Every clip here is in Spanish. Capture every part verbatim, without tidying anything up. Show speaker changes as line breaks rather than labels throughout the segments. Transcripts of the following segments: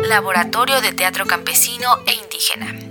Laboratorio de Teatro Campesino e Indígena.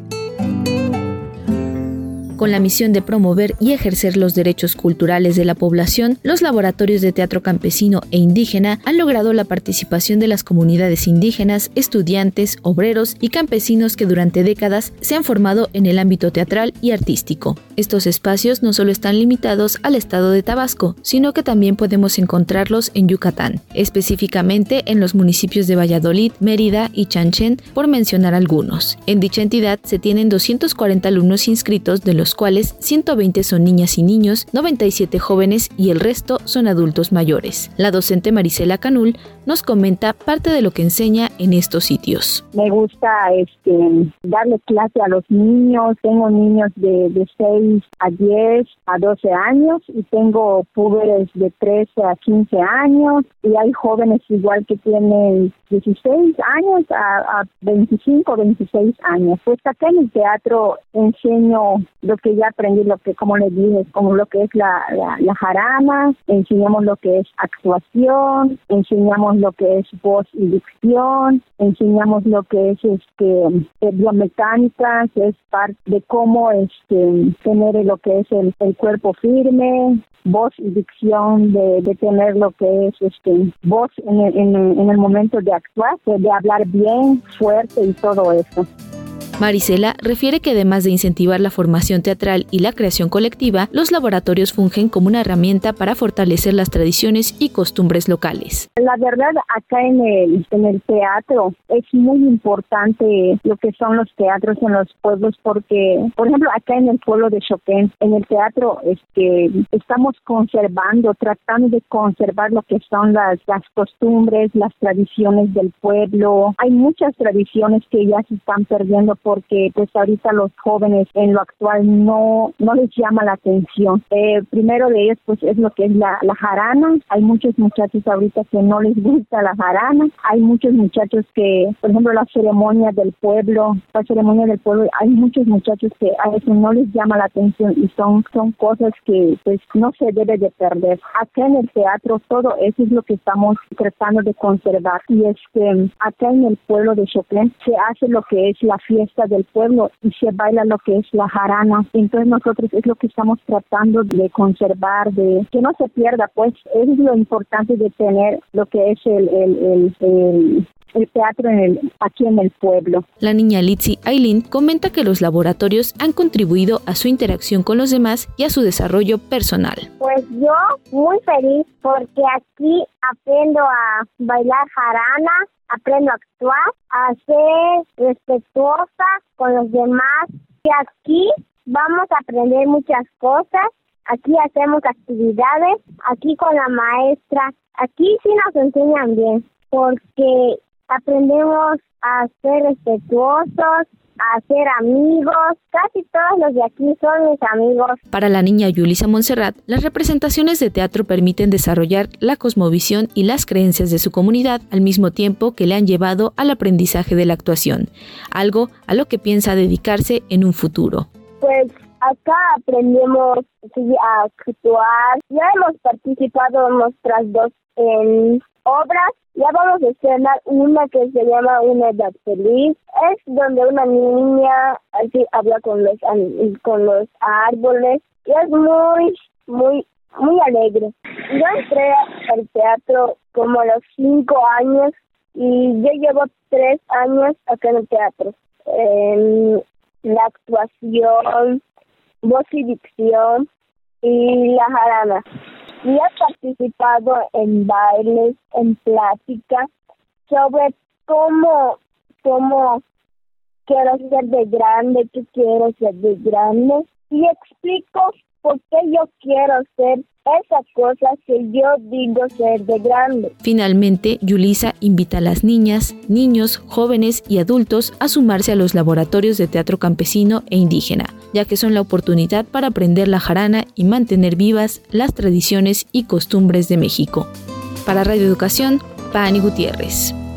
Con la misión de promover y ejercer los derechos culturales de la población, los laboratorios de teatro campesino e indígena han logrado la participación de las comunidades indígenas, estudiantes, obreros y campesinos que durante décadas se han formado en el ámbito teatral y artístico. Estos espacios no solo están limitados al estado de Tabasco, sino que también podemos encontrarlos en Yucatán, específicamente en los municipios de Valladolid, Mérida y Chanchén, por mencionar algunos. En dicha entidad se tienen doscientos cuarenta alumnos inscritos, de los cuales ciento veinte son niñas y niños, noventa y siete jóvenes y el resto son adultos mayores. La docente Marisela Canul nos comenta parte de lo que enseña en estos sitios.
Me gusta este, darle clase a los niños. Tengo niños de, de seis a diez a doce años y tengo púberes de trece a quince años y hay jóvenes igual que tienen dieciséis años a, a veinticinco, veintiséis años. Pues acá en el teatro enseño lo que ya aprendí, lo que, como les dije, como lo que es la, la, la jarana, enseñamos lo que es actuación, enseñamos lo que es voz y dicción, enseñamos lo que es este biomecánica, que es parte de cómo este tener lo que es el, el cuerpo firme, voz y dicción de, de tener lo que es este voz en el, en, en el momento de actuar, de, de hablar bien, fuerte y todo eso.
Marisela refiere que además de incentivar la formación teatral y la creación colectiva, los laboratorios fungen como una herramienta para fortalecer las tradiciones y costumbres locales.
La verdad, acá en el, en el teatro es muy importante lo que son los teatros en los pueblos porque, por ejemplo, acá en el pueblo de Choquén, en el teatro este, estamos conservando, tratando de conservar lo que son las, las costumbres, las tradiciones del pueblo. Hay muchas tradiciones que ya se están perdiendo porque pues ahorita los jóvenes en lo actual no no les llama la atención. Eh, primero de ellos pues es lo que es la, la jarana. Hay muchos muchachos ahorita que no les gusta la jarana. Hay muchos muchachos que, por ejemplo, la ceremonia del pueblo, la ceremonia del pueblo, hay muchos muchachos que a eso no les llama la atención y son, son cosas que pues no se debe de perder. Acá en el teatro todo eso es lo que estamos tratando de conservar. Y este acá en el pueblo de Choquén se hace lo que es la fiesta del pueblo y se baila lo que es la jarana. Entonces nosotros es lo que estamos tratando de conservar, de que no se pierda, pues es lo importante de tener lo que es el, el, el, el el teatro en el, aquí en el pueblo.
La niña Litsi Ailín comenta que los laboratorios han contribuido a su interacción con los demás y a su desarrollo personal.
Pues yo muy feliz porque aquí aprendo a bailar jarana, aprendo a actuar, a ser respetuosa con los demás y aquí vamos a aprender muchas cosas. Aquí hacemos actividades, aquí con la maestra, aquí sí nos enseñan bien porque aprendemos a ser respetuosos, a ser amigos. Casi todos los de aquí son mis amigos.
Para la niña Yulisa Montserrat, las representaciones de teatro permiten desarrollar la cosmovisión y las creencias de su comunidad al mismo tiempo que le han llevado al aprendizaje de la actuación, algo a lo que piensa dedicarse en un futuro.
Pues acá aprendemos sí, a actuar. Ya hemos participado en nuestras dos en obras. Ya vamos a estrenar una que se llama Una Edad Feliz. Es donde una niña así habla con los con los árboles y es muy, muy, muy alegre. Yo entré al teatro como a los cinco años y yo llevo tres años acá en el teatro. En la actuación, voz y dicción y la jarana. Y he participado en bailes, en pláticas sobre cómo, cómo quiero ser de grande, qué quiero ser de grande. Y explico por qué yo quiero ser esas cosas que yo digo ser de grande.
Finalmente, Yulisa invita a las niñas, niños, jóvenes y adultos a sumarse a los laboratorios de teatro campesino e indígena, ya que son la oportunidad para aprender la jarana y mantener vivas las tradiciones y costumbres de México. Para Radio Educación, Pani Gutiérrez.